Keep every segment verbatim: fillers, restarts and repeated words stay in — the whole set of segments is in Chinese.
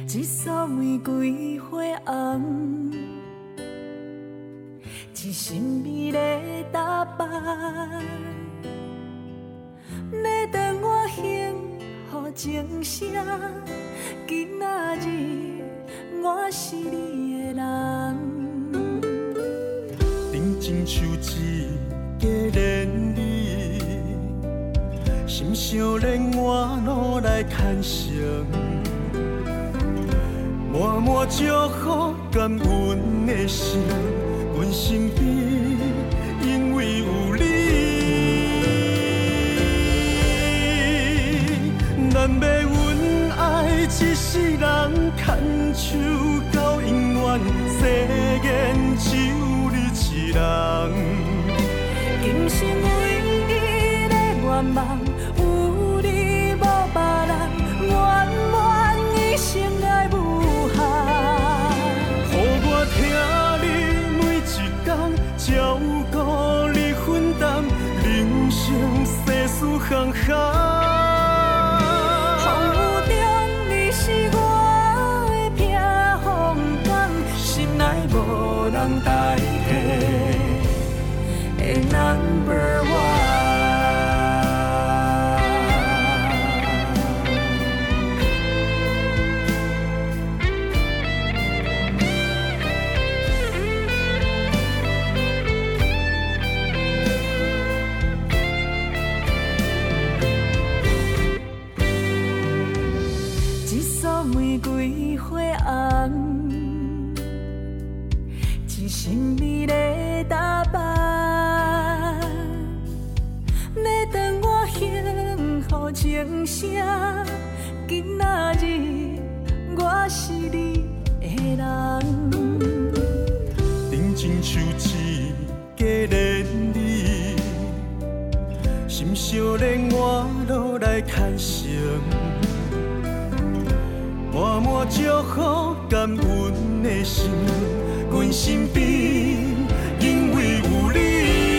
一束玫瑰花红，一身美丽打扮，要当我幸福情声。今仔日我是你的人， 定情像一家连理，心相连换路来牵绳。满满祝福感恩的心，阮身边因为有你。咱要阮爱一世人，牵手到永远，世间只有你一人。 今生唯一的愿望，有你无别人，圆满一生爱无限。 予我听你每一天，照顾你分担，人生世事行行。 风雨中你是我的避风港，心内无人代替的 number one。玫瑰花红，一身美丽打扮，要当我幸福情声。今仔日我是你的人， 定情像一家连理，心相连换路来牵绳。满满祝福感恩的心，阮身边因为有你。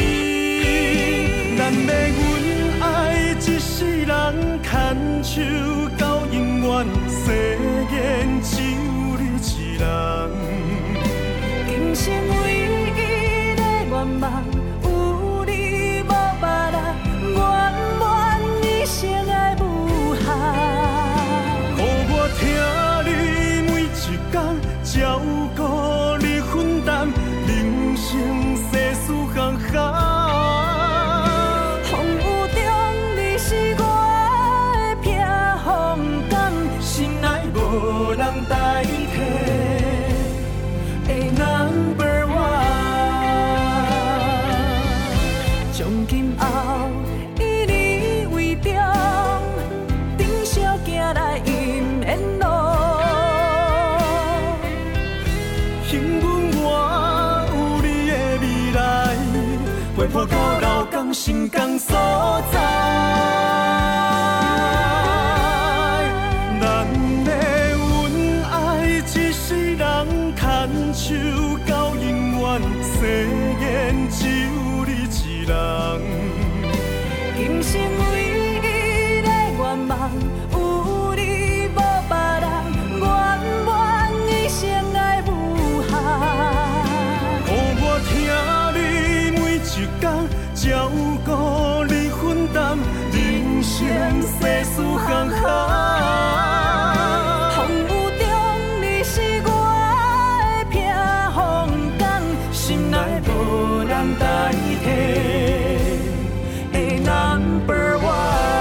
咱要阮爱一世人，牵手到永远，世间只有你一人。 今生唯一的愿望，有你无别人，圆满一生爱无限。听你每一天，照顾你分担，人生世事行行。风雨中你是我的避风港，心内无人代替的 number one。从今后以你为重，顶小行来迎沿路，幸运我有你的未来，陪伴到老港心肝所在。咱要阮爱一世人，牵手到永远，世间只有你一人。今生唯一的愿望，有你无别人，圆满一生爱无限。予我听你每一天，照顾你分担，人生世事行行。风雨中你是我的避风港，心内无人代替的 number one。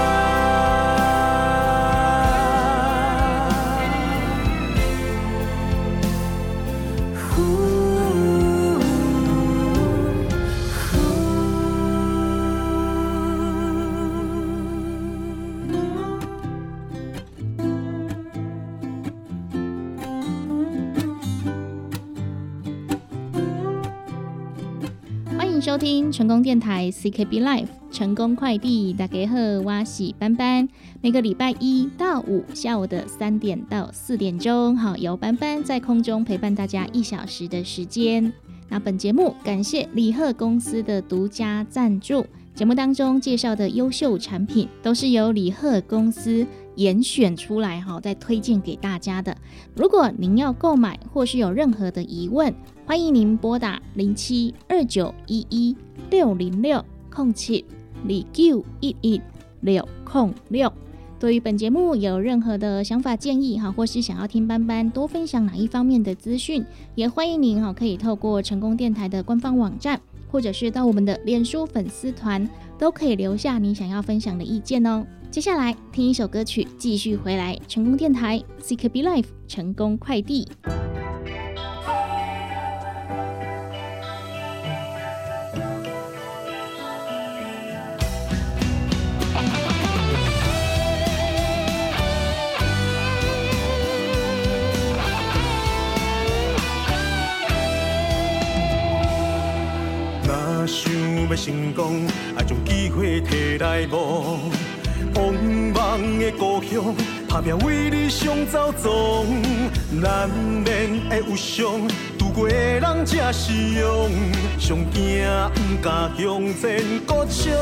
收听成功电台 C K B Life 成功快递，大家好，我是班班。每个礼拜一到五下午的三点到四点钟，好，由班班在空中陪伴大家一小时的时间。那本节目感谢礼贺公司的独家赞助，节目当中介绍的优秀产品都是由礼贺公司严选出来哈，再推荐给大家的。如果您要购买或是有任何的疑问，欢迎您拨打零七二九一一六零六空七二九一一六空六。对于本节目有任何的想法建议哈，或是想要听班班多分享哪一方面的资讯，也欢迎您哈可以透过成功电台的官方网站，或者是到我们的脸书粉丝团，都可以留下你想要分享的意见哦。接下来听一首歌曲，继续回来成功电台 C K B Life 成功快递。 想要成功，爱将机会摕来无。往梦的故乡，打拼为理想走总，难免会有伤，拄过的人才是勇。上惊不敢向前搁冲，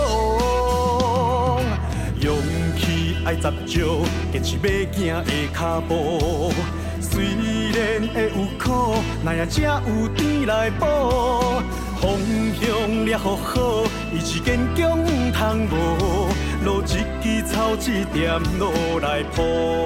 勇气爱十足，坚持要行的脚步。虽然会有苦，那也才有甜来补。方向抓好好，意志坚强唔通无，路一支草一点路来铺。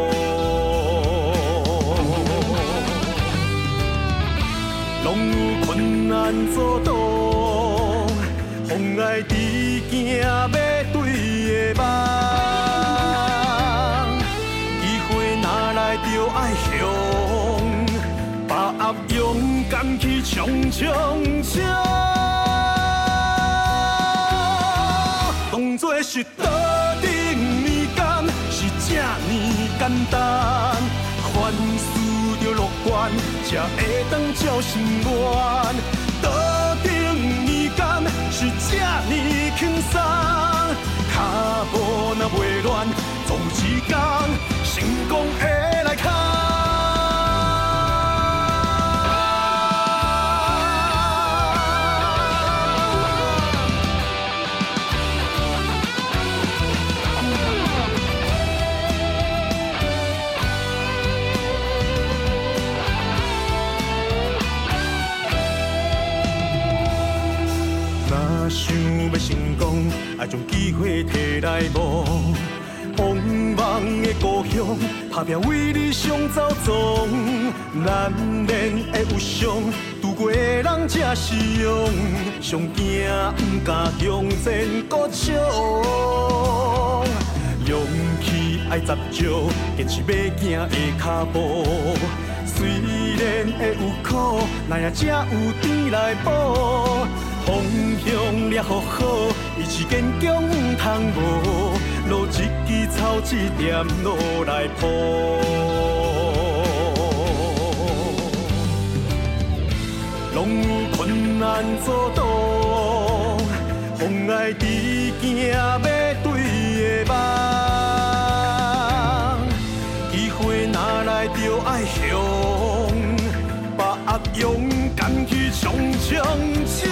拢有困难阻挡，风爱直行要对的梦。机会哪来就爱向，把握勇敢去冲冲冲。当作是倒顶年间，是这呢简单。凡事着乐观，才会当照心愿。倒顶年间，是这呢轻松。脚步若袂乱，总有一天成功会来敲。想要成功，爱将机会摕来无。往梦的故乡，打拼为理想走总，难免会有伤，拄过的人才是勇。上惊不敢向前搁冲，勇气爱十足，坚持要行的脚步。虽然会有苦，那也才有甜来补。方向抓好好，意志坚强唔通无，路一支草一点路来铺。拢有困难阻挡，风爱直行要对的梦。机会哪来就爱向，把握勇敢去冲冲冲。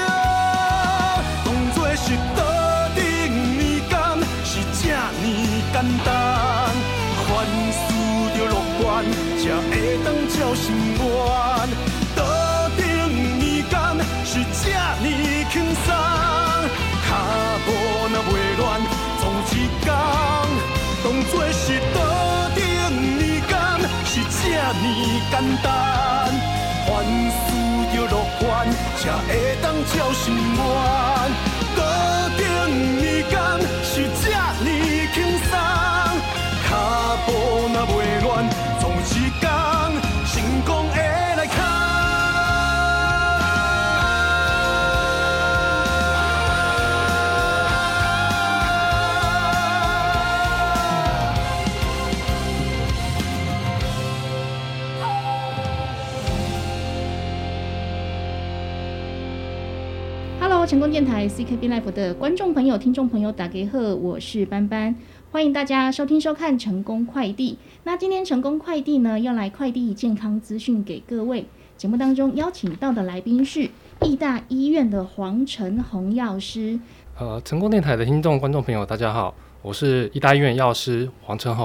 是倒顶年间，是这呢简单。凡事着乐观，才会当照心愿。倒顶年间，是这呢轻松。脚步若袂乱，总有一天当作是倒顶年间，是这呢简单。凡事着乐观，才会当照心愿。倒顶年间，是这呢轻松，脚步若袂乱，总有一天成功会来敲。 成功电台 C K B Life 的观众朋友、听众朋友，大家好，我是班班，欢迎大家收听收看成功快递。那今天成功快递呢，要来快递健康资讯给各位。节目当中邀请到的来宾是义大医院的黄承宏药师。 呃，成功电台的听众、观众朋友，大家好，我是义大医院药师黄承宏。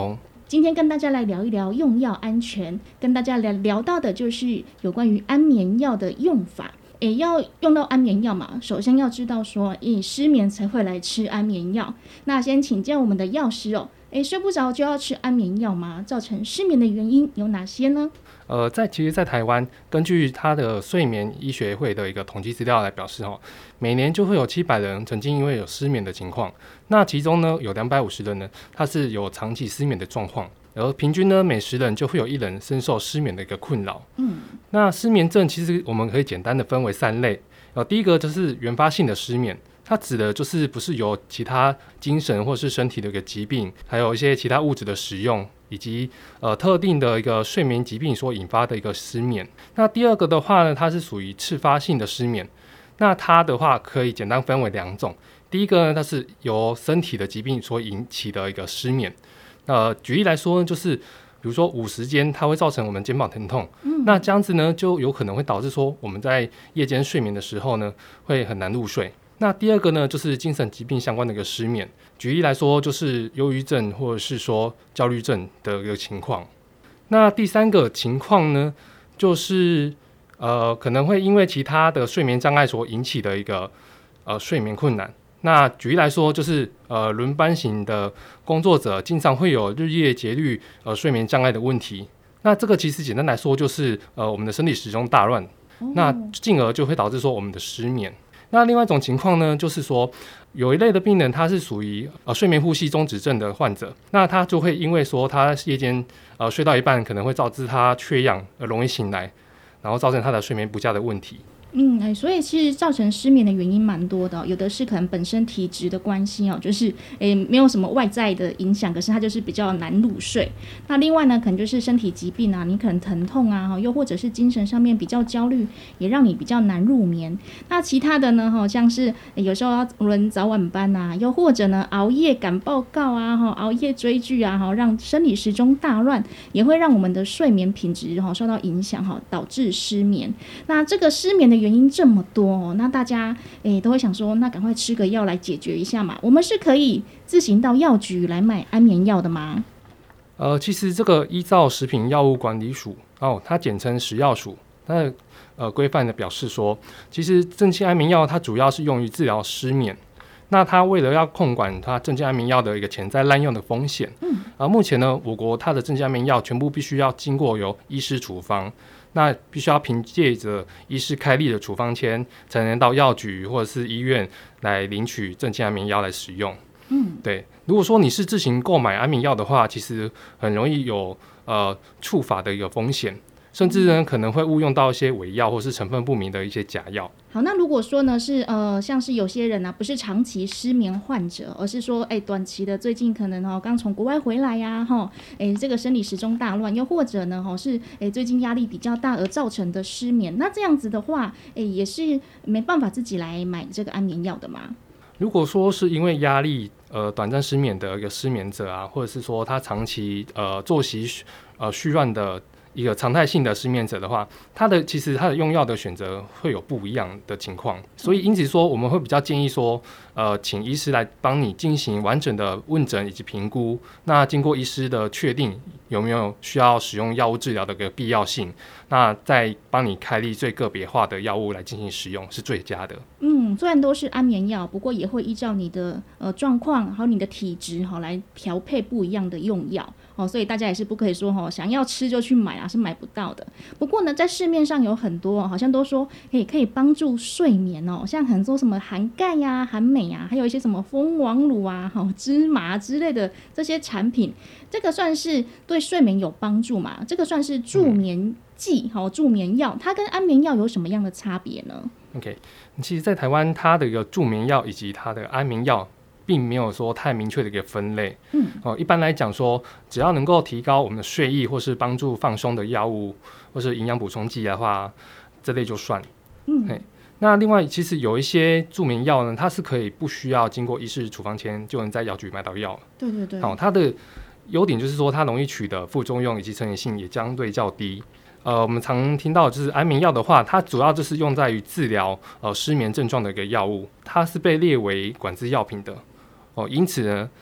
今天跟大家来聊一聊用药安全，跟大家来聊到的就是有关于安眠药的用法。诶，要用到安眠药嘛，首先要知道说，诶，失眠才会来吃安眠药。那先请教我们的药师哦，诶，睡不着就要吃安眠药吗？造成失眠的原因有哪些呢？ 呃，在其实，在台湾，根据他的睡眠医学会的一个统计资料来表示，哦，每年就会有七百人曾经因为有失眠的情况，那其中呢，有两百五十人呢，他是有长期失眠的状况，而平均呢，每十人就会有一人深受失眠的一个困扰。嗯，那失眠症其实我们可以简单的分为三类，呃，第一个就是原发性的失眠。它指的就是不是由其他精神或是身体的一个疾病，还有一些其他物质的使用，以及呃特定的一个睡眠疾病所引发的一个失眠。那第二个的话呢，它是属于次发性的失眠。那它的话可以简单分为两种，第一个呢，它是由身体的疾病所引起的一个失眠。呃，举例来说呢，就是比如说午时间，它会造成我们肩膀疼痛，嗯，那这样子呢，就有可能会导致说我们在夜间睡眠的时候呢，会很难入睡。那第二个呢，就是精神疾病相关的一个失眠，举例来说，就是忧郁症或者是说焦虑症的一个情况。那第三个情况呢，就是呃可能会因为其他的睡眠障碍所引起的一个呃睡眠困难。那举例来说，就是呃轮班型的工作者经常会有日夜节律呃睡眠障碍的问题。那这个其实简单来说，就是呃我们的生理时钟大乱，哦，那进而就会导致说我们的失眠。那另外一种情况呢，就是说有一类的病人，他是属于呃睡眠呼吸中止症的患者，那他就会因为说他夜间呃睡到一半，可能会导致他缺氧而容易醒来，然后造成他的睡眠不佳的问题。 嗯，哎，所以其实造成失眠的原因蛮多的，哦，有的是可能本身体质的关系哦，就是诶没有什么外在的影响，可是它就是比较难入睡。那另外呢，可能就是身体疾病啊，你可能疼痛啊，又或者是精神上面比较焦虑，也让你比较难入眠。那其他的呢，哈，像是有时候要轮早晚班啊，又或者呢熬夜赶报告啊，哈，熬夜追剧啊，哈，让生理时钟大乱，也会让我们的睡眠品质哈受到影响，哈，导致失眠。那这个失眠的原因这么多，哦，那大家诶都会想说，那赶快吃个药来解决一下嘛。我们是可以自行到药局来买安眠药的吗？ 呃，其实这个依照食品药物管理署哦，它简称食药署，它呃规范的表示说，其实镇静安眠药它主要是用于治疗失眠。那它为了要控管它镇静安眠药的一个潜在滥用的风险，嗯，而目前呢，我国它的镇静安眠药全部必须要经过由医师处方。那必须要凭借着医师开立的处方签，才能到药局或者是医院来领取镇静安眠药来使用。嗯，对。如果说你是自行购买安眠药的话，其实很容易有呃触法的一个风险，甚至呢可能会误用到一些伪药或是成分不明的一些假药。 好，那如果说呢是呃像是有些人啊，不是长期失眠患者，而是说哎短期的，最近可能哦刚从国外回来呀，哈，哎这个生理时钟大乱，又或者呢哈是哎最近压力比较大而造成的失眠，那这样子的话，哎也是没办法自己来买这个安眠药的吗？ 如果说是因为压力呃短暂失眠的一个失眠者啊，或者是说他长期呃作息呃絮乱的一个常态性的失眠者的话，他的其实他的用药的选择会有不一样的情况，所以因此说我们会比较建议说，呃，请医师来帮你进行完整的问诊以及评估。那经过医师的确定有没有需要使用药物治疗的一个必要性，那再帮你开立最个别化的药物来进行使用是最佳的。 嗯，虽然都是安眠药，不过也会依照你的呃状况还有你的体质哈来调配不一样的用药。哦，所以大家也是不可以说哦，想要吃就去买啊，是买不到的。不过呢，在市面上有很多，好像都说可以可以帮助睡眠哦，像很多什么含钙呀、含镁啊，还有一些什么蜂王乳啊、好芝麻之类的这些产品，这个算是对睡眠有帮助嘛？这个算是助眠剂、好、嗯、助眠药，它跟安眠药有什么样的差别呢 ？OK， 其实，在台湾，它的一个助眠药以及它的安眠药，并没有说太明确的一个分类。嗯，哦，一般来讲说，只要能够提高我们的睡意或是帮助放松的药物，或是营养补充剂的话，这类就算。嗯，那另外，其实有一些助眠药呢，它是可以不需要经过医师处方签就能在药局买到药。 对对对。 好、哦，它的优点就是说，它容易取得，副作用以及成瘾性也相对较低。呃，我们常听到就是安眠药的话，它主要就是用在于治疗呃失眠症状的一个药物，它是被列为管制药品的。哦，因此呢，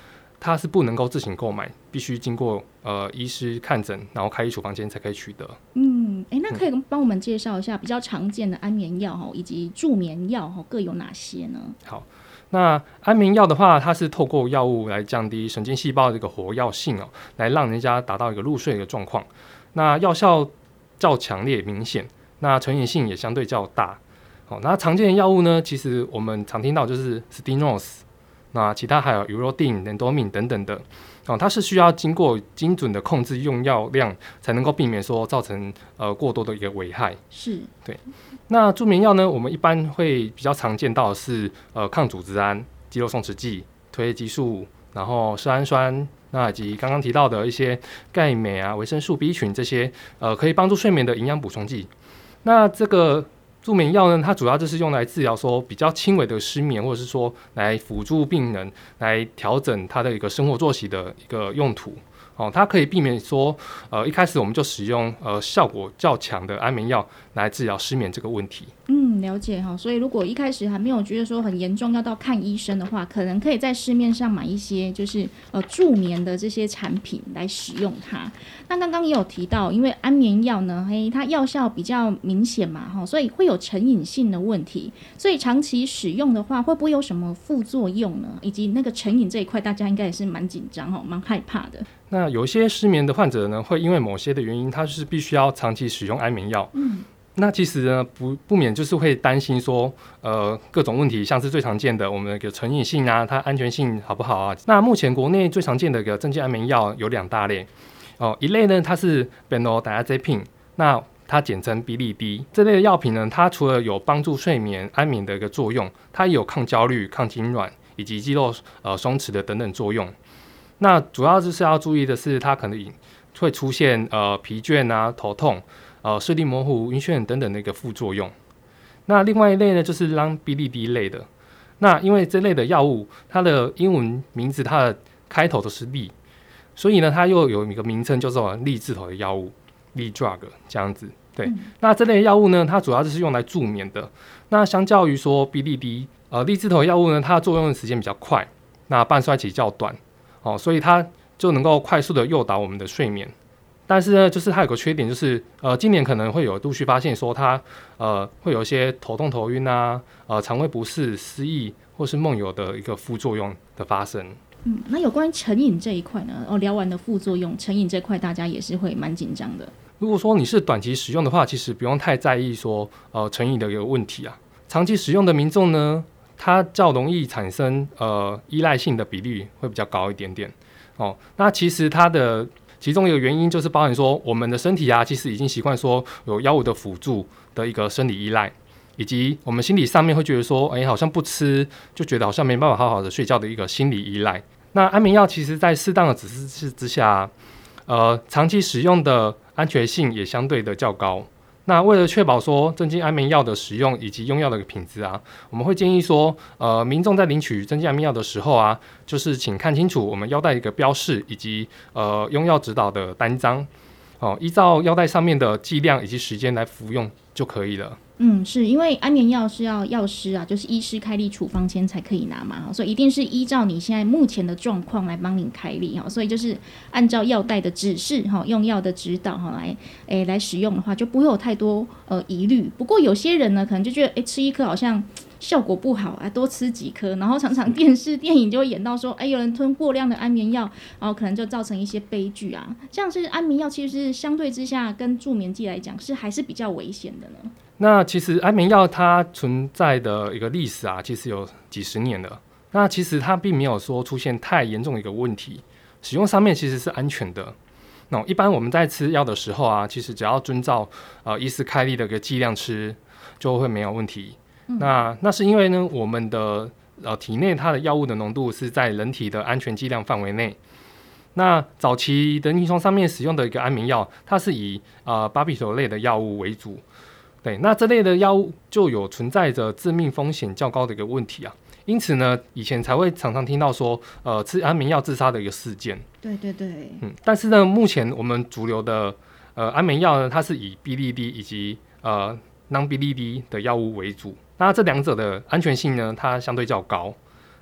它是不能够自行购买，必须经过呃医师看诊，然后开医处方间才可以取得。 嗯，哎，那可以帮我们介绍一下比较常见的安眠药以及助眠药各有哪些呢？ 好，那安眠药的话，它是透过药物来降低神经细胞的一个活跃性哦，来让人家达到一个入睡的状况。那药效较强烈明显，那成瘾性也相对较大。好，那常见的药物呢，其实我们常听到就是 Stimulants， 那其他还有 Urodin、Lendomin 等等的。哦，它是需要经过精准的控制用药量，才能够避免说造成呃过多的一个危害。 是， 对。那助眠药呢，我们一般会比较常见到的是呃抗组织胺、肌肉松弛剂、褪黑激素，然后色氨酸，那以及刚刚提到的一些钙、镁啊、维生素 B 群这些呃可以帮助睡眠的营养补充剂。那这个助眠药呢，它主要就是用来治疗说比较轻微的失眠，或者是说来辅助病人来调整他的一个生活作息的一个用途。哦，它可以避免说，呃，一开始我们就使用呃效果较强的安眠药来治疗失眠这个问题。 嗯，了解哈。所以如果一开始还没有觉得说很严重，要到看医生的话，可能可以在市面上买一些就是呃助眠的这些产品来使用它。那刚刚也有提到，因为安眠药呢，嘿，它药效比较明显嘛，哈，所以会有成瘾性的问题。所以长期使用的话，会不会有什么副作用呢？以及那个成瘾这一块，大家应该也是蛮紧张哈，蛮害怕的。 那有一些失眠的患者呢，会因为某些的原因，他是必须要长期使用安眠药。嗯，那其实呢，不不免就是会担心说，呃，各种问题，像是最常见的我们的一个成瘾性啊，它安全性好不好啊？那目前国内最常见的一个镇静安眠药有两大类哦，一类呢它是 Benzodiazepine， 那它简称 B D D。这类的药品呢，它除了有帮助睡眠安眠的一个作用，它也有抗焦虑、抗痉挛以及肌肉呃松弛的等等作用。那主要就是要注意的是，它可能会出现呃疲倦啊、头痛、呃视力模糊、晕眩等等的一个副作用。那另外一类呢，就是让 B D D 类的。那因为这类的药物，它的英文名字它的开头都是利，所以呢，它又有一个名称叫做利字头的药物 ，Lee drug 这样子。对，嗯、那这类药物呢，它主要就是用来助眠的。那相较于说 B D D， 呃利字头的药物呢，它的作用的时间比较快，那半衰期较短。哦，所以它就能够快速的诱导我们的睡眠，但是呢，就是它有个缺点，就是呃，今年可能会有陆续发现说它呃会有一些头痛、头晕啊，呃，肠胃不适、失忆或是梦游的一个副作用的发生。 嗯，那有关于成瘾这一块呢？哦，聊完的副作用，成瘾这块大家也是会蛮紧张的。 如果说你是短期使用的话，其实不用太在意说呃成瘾的一个问题啊。长期使用的民众呢，它较容易产生呃依赖性的比率会比较高一点点哦。那其实它的其中一个原因就是包含说，我们的身体啊，其实已经习惯说有药物的辅助的一个生理依赖，以及我们心理上面会觉得说，哎、欸，好像不吃就觉得好像没办法好好的睡觉的一个心理依赖。那安眠药其实在适当的指示之下，呃，长期使用的安全性也相对的较高。那为了确保说镇静安眠药的使用以及用药的品质啊，我们会建议说，呃，民众在领取镇静安眠药的时候啊，就是请看清楚我们药袋一个标示以及呃用药指导的单张，哦，依照药袋上面的剂量以及时间来服用就可以了。 嗯，是因为安眠药是要药师啊，就是医师开立处方签才可以拿嘛，所以一定是依照你现在目前的状况来帮你开立，所以就是按照药袋的指示用药的指导来诶来使用的话，就不会有太多呃疑虑。不过有些人呢，可能就觉得诶吃一颗好像效果不好啊，多吃几颗，然后常常电视电影就会演到说，哎，有人吞过量的安眠药，然后可能就造成一些悲剧啊。这样是安眠药其实是相对之下跟助眠剂来讲是还是比较危险的呢？ 那其实安眠药它存在的一个历史啊，其实有几十年了。那其实它并没有说出现太严重的一个问题，使用上面其实是安全的。那一般我们在吃药的时候啊，其实只要遵照呃医师开立的一个剂量吃，就会没有问题。嗯、那那是因为呢，我们的呃体内它的药物的浓度是在人体的安全剂量范围内。那早期人临床上面使用的一个安眠药，它是以呃巴比妥类的药物为主。对，那这类的药物就有存在着致命风险较高的一个问题啊，因此呢，以前才会常常听到说，呃，吃安眠药自杀的一个事件。 对对对， 嗯，但是呢，目前我们主流的呃安眠药呢，它是以 B D D 以及呃 non-B D D 的药物为主，那这两者的安全性呢，它相对较高。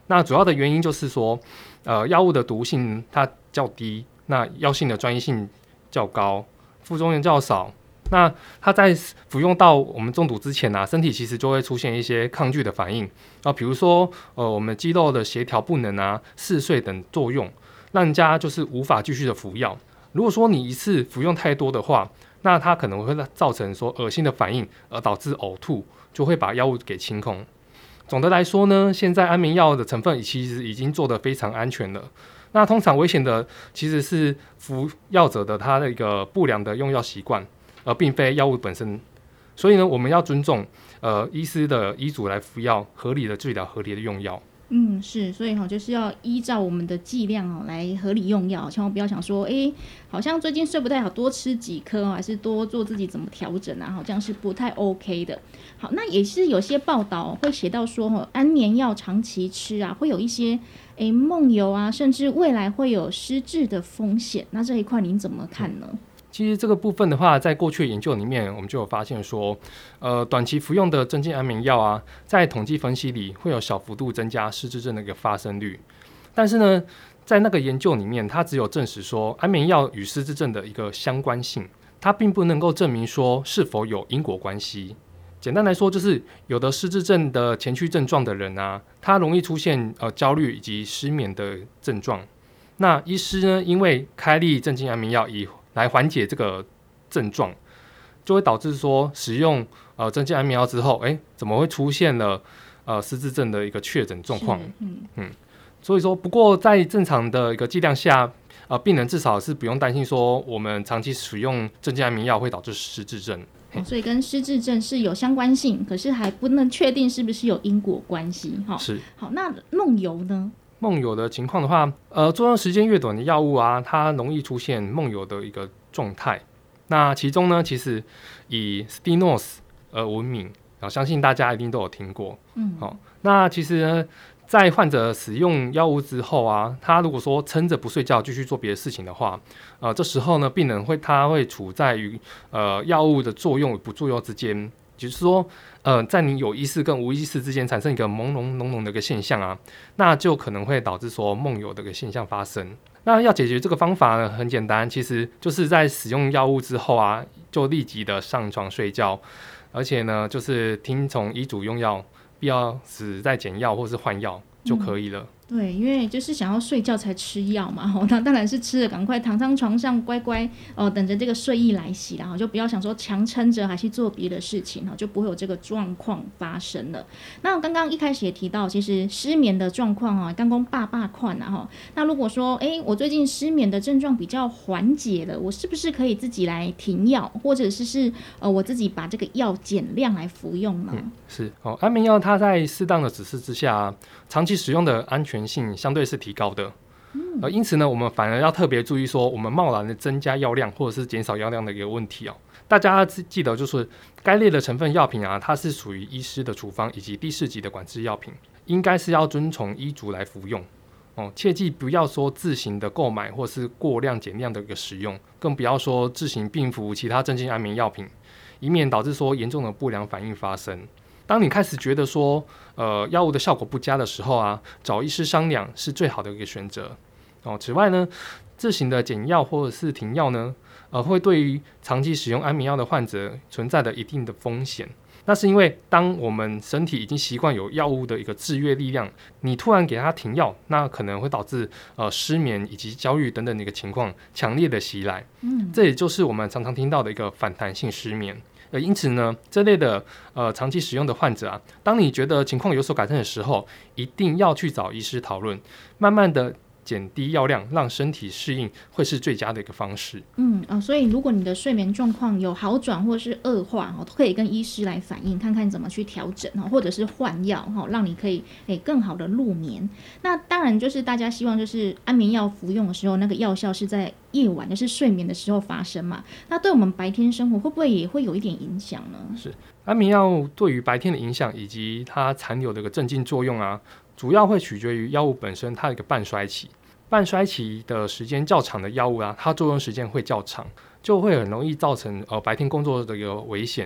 那主要的原因就是说，呃，药物的毒性它较低，那药性的专一性较高，副作用较少。那它在服用到我们中毒之前啊，身体其实就会出现一些抗拒的反应啊，比如说呃我们肌肉的协调不能啊、嗜睡等作用，让人家就是无法继续的服药。如果说你一次服用太多的话，那它可能会造成说恶心的反应，而导致呕吐，就会把药物给清空。总的来说呢，现在安眠药的成分其实已经做得非常安全了。那通常危险的其实是服药者的他的一个不良的用药习惯，而并非药物本身。所以呢，我们要尊重呃医师的医嘱来服药，合理的治疗，合理的用药。 嗯，是，所以哈，就是要依照我们的剂量哦来合理用药，千万不要想说，哎，好像最近睡不太好，多吃几颗还是多做自己怎么调整啊？好像是不太 OK 的。好，那也是有些报道会写到说，哦，安眠药长期吃啊，会有一些哎梦游啊，甚至未来会有失智的风险。那这一块您怎么看呢？ 其实这个部分的话，在过去的研究里面，我们就有发现说，呃，短期服用的镇静安眠药啊，在统计分析里会有小幅度增加失智症的一个发生率。但是呢，在那个研究里面，它只有证实说安眠药与失智症的一个相关性，它并不能够证明说是否有因果关系。简单来说，就是有的失智症的前驱症状的人啊，他容易出现呃焦虑以及失眠的症状。那医师呢，因为开立镇静安眠药以来缓解这个症状，就会导致说使用呃镇静安眠药之后，哎，怎么会出现了呃失智症的一个确诊状况？嗯嗯，所以说，不过在正常的一个剂量下，呃，病人至少是不用担心说我们长期使用镇静安眠药会导致失智症。 哦，所以跟失智症是有相关性，可是还不能确定是不是有因果关系。哈， 是。 好，那梦游呢？ 梦游的情况的话，呃，作用时间越短的药物啊，它容易出现梦游的一个状态。那其中呢，其实以 Stinos 而闻名，啊，相信大家一定都有听过。嗯，好，那其实呢，在患者使用药物之后啊，他如果说撑着不睡觉，继续做别的事情的话，呃，这时候呢，病人会他会处在于呃药物的作用与不作用之间。就是说，呃，在你有意识跟无意识之间产生一个朦胧浓浓的一个现象啊，那就可能会导致说梦游的一个现象发生。那要解决这个方法呢，很简单，其实就是在使用药物之后啊，就立即的上床睡觉，而且呢，就是听从医嘱用药，必要时再减药或是换药就可以了。嗯， 对，因为就是想要睡觉才吃药嘛，哦，那当然是吃了赶快躺上床上乖乖哦，等着这个睡意来袭，然后就不要想说强撑着还是做别的事情，就不会有这个状况发生了。那刚刚一开始也提到，其实失眠的状况啊，刚刚爸爸款啊哈，那如果说哎，我最近失眠的症状比较缓解了，我是不是可以自己来停药，或者是是呃我自己把这个药减量来服用呢？ 嗯，是哦，安眠药它在适当的指示之下，长期使用的安全性相对是提高的。呃，因此呢，我们反而要特别注意说，我们贸然的增加药量或者是减少药量的一个问题哦。大家要记得，就是该类的成分药品啊，它是属于医师的处方以及第四级的管制药品，应该是要遵从医嘱来服用哦。切记不要说自行的购买或是过量减量的一个使用，更不要说自行并服其他镇静安眠药品，以免导致说严重的不良反应发生。当你开始觉得说，呃，药物的效果不佳的时候啊，找医师商量是最好的一个选择。哦，此外呢，自行的减药或者是停药呢，呃，会对于长期使用安眠药的患者存在的一定的风险。那是因为当我们身体已经习惯有药物的一个制约力量，你突然给他停药，那可能会导致呃失眠以及焦虑等等的一个情况强烈的袭来。嗯，这也就是我们常常听到的一个反弹性失眠。呃，因此呢，这类的呃长期使用的患者啊，当你觉得情况有所改善的时候，一定要去找医师讨论，慢慢的减低药量，让身体适应，会是最佳的一个方式。 嗯啊、哦，所以如果你的睡眠状况有好转或是恶化，哦，都可以跟医师来反映，看看怎么去调整，或者是换药，让你可以诶更好的入眠。那当然就是大家希望就是安眠药服用的时候，那个药效是在夜晚，就是睡眠的时候发生嘛。那对我们白天生活会不会也会有一点影响呢？ 是，安眠药对于白天的影响以及它残留的一个镇静作用啊，主要会取决于药物本身它的一个半衰期。半衰期的时间较长的药物啊，它作用时间会较长，就会很容易造成呃白天工作的一个危险。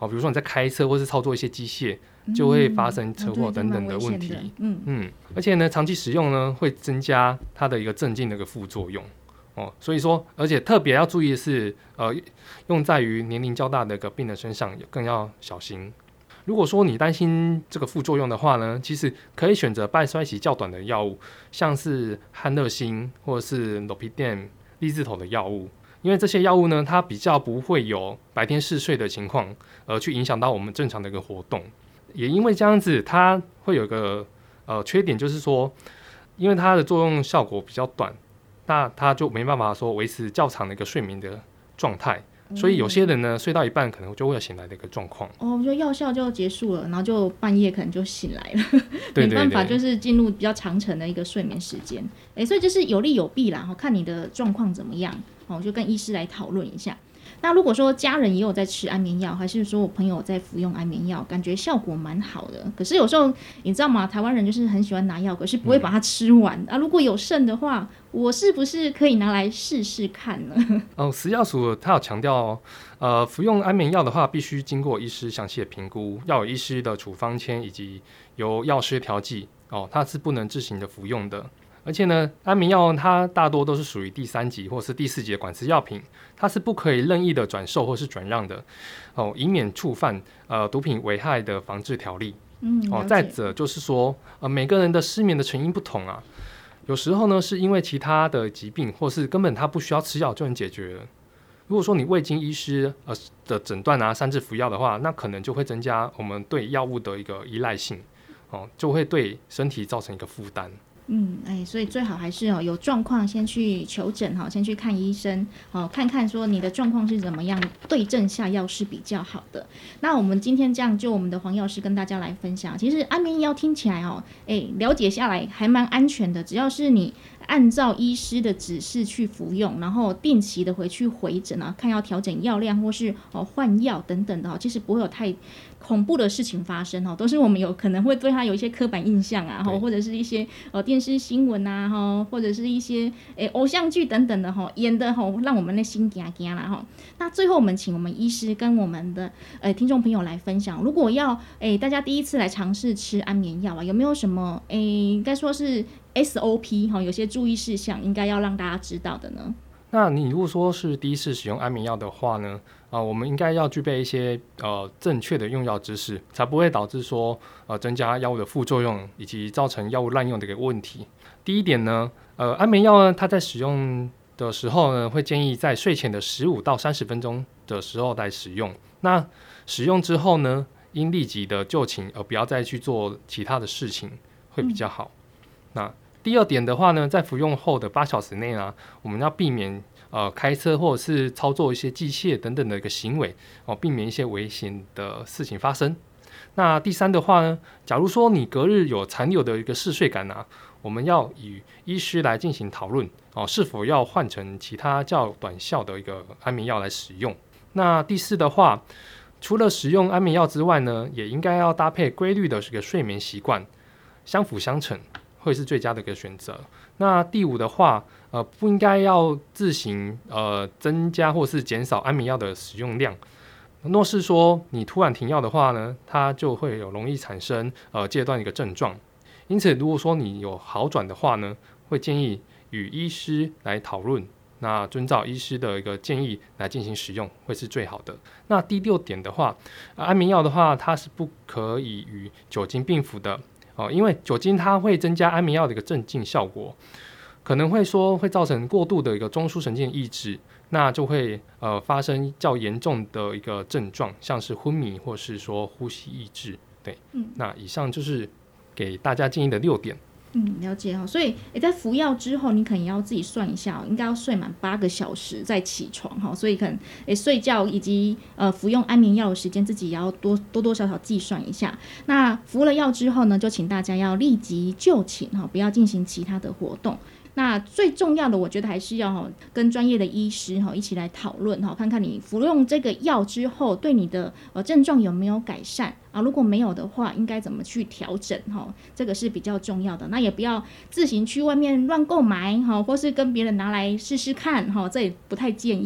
哦，比如说你在开车或是操作一些机械，就会发生车祸等等的问题。嗯嗯，而且呢，长期使用呢，会增加它的一个镇静的一个副作用。哦，所以说，而且特别要注意的是，呃，用在于年龄较大的一个病人身上，更要小心。如果说你担心这个副作用的话呢，其实可以选择半衰期较短的药物，像是汉乐星或者是 Lopidem 利字头的药物，因为这些药物呢，它比较不会有白天嗜睡的情况，而去影响到我们正常的一个活动。也因为这样子，它会有一个呃缺点，就是说，因为它的作用效果比较短。那他就没办法说维持较长的一个睡眠的状态，所以有些人呢睡到一半可能就会有醒来的一个状况。 哦，就药效就结束了，然后就半夜可能就醒来了， 对对对， 没办法就是进入比较长程的一个睡眠时间。哎，所以就是有利有弊啦，看你的状况怎么样，哦，就跟医师来讨论一下。那如果说家人也有在吃安眠药，还是说我朋友在服用安眠药，感觉效果蛮好的，可是有时候你知道吗，台湾人就是很喜欢拿药，可是不会把它吃完、嗯、啊。如果有剩的话，我是不是可以拿来试试看呢？ 哦，食药署它有强调哦，呃，服用安眠药的话，必须经过医师详细的评估，要有医师的处方签以及由药师调剂哦，它是不能自行的服用的。而且呢，安眠药它大多都是属于第三级或是第四级的管制药品，它是不可以任意的转售或是转让的，哦，以免触犯呃毒品危害的防治条例。 嗯， 哦，再者就是说，呃，每个人的失眠的成因不同啊，有时候呢是因为其他的疾病，或是根本他不需要吃药就能解决了。如果说你未经医师呃的诊断啊，擅自服药的话，那可能就会增加我们对药物的一个依赖性，哦，就会对身体造成一个负担。 嗯，哎，所以最好还是哦有状况先去求诊哈，先去看医生哦，看看说你的状况是怎么样，对症下药是比较好的。那我们今天这样就我们的黄药师跟大家来分享，其实安眠药听起来哦，哎，了解下来还蛮安全的，只要是你按照医师的指示去服用，然后定期的回去回诊啊，看要调整药量或是哦换药等等的哦，其实不会有太恐怖的事情发生哦，都是我们有可能会对他有一些刻板印象啊，或者是一些呃电视新闻啊，或者是一些诶偶像剧等等的哈演的哈，让我们的心惊惊啦哈。那最后我们请我们医师跟我们的呃听众朋友来分享，如果要诶大家第一次来尝试吃安眠药啊，有没有什么诶应该说是 S O P 哈，有些注意事项应该要让大家知道的呢？ 那你如果说是第一次使用安眠药的话呢，啊、呃，我们应该要具备一些呃正确的用药知识，才不会导致说呃增加药物的副作用，以及造成药物滥用的一个问题。第一点呢，呃，安眠药呢，它在使用的时候呢，会建议在睡前的十五到三十分钟的时候来使用。那使用之后呢，应立即的就寝，而不要再去做其他的事情，会比较好。嗯、那第二点的话呢，在服用后的八小时内啊，我们要避免呃开车或者是操作一些机械等等的一个行为哦，避免一些危险的事情发生。那第三的话呢，假如说你隔日有残留的一个嗜睡感啊，我们要与医师来进行讨论哦，是否要换成其他较短效的一个安眠药来使用。那第四的话，除了使用安眠药之外呢，也应该要搭配规律的这个睡眠习惯，相辅相成，会是最佳的一个选择。那第五的话，呃，不应该要自行呃增加或是减少安眠药的使用量。若是说你突然停药的话呢，它就会有容易产生呃戒断的一个症状。因此，如果说你有好转的话呢，会建议与医师来讨论，那遵照医师的一个建议来进行使用，会是最好的。那第六点的话，安眠药的话，它是不可以与酒精并服的。哦，因为酒精它会增加安眠药的一个镇静效果，可能会说会造成过度的一个中枢神经抑制，那就会呃发生较严重的一个症状，像是昏迷或是说呼吸抑制。对，嗯，那以上就是给大家建议的六点。 嗯，了解哈。所以诶，在服药之后，你可能要自己算一下，应该要睡满八个小时再起床哈。所以可能诶睡觉以及呃服用安眠药的时间，自己也要多多多少少计算一下。那服了药之后呢，就请大家要立即就寝哈，不要进行其他的活动。那最重要的，我觉得还是要跟专业的医师一起来讨论，看看你服用这个药之后对你的症状有没有改善啊？如果没有的话，应该怎么去调整？这个是比较重要的。那也不要自行去外面乱购买，或是跟别人拿来试试看，这也不太建议。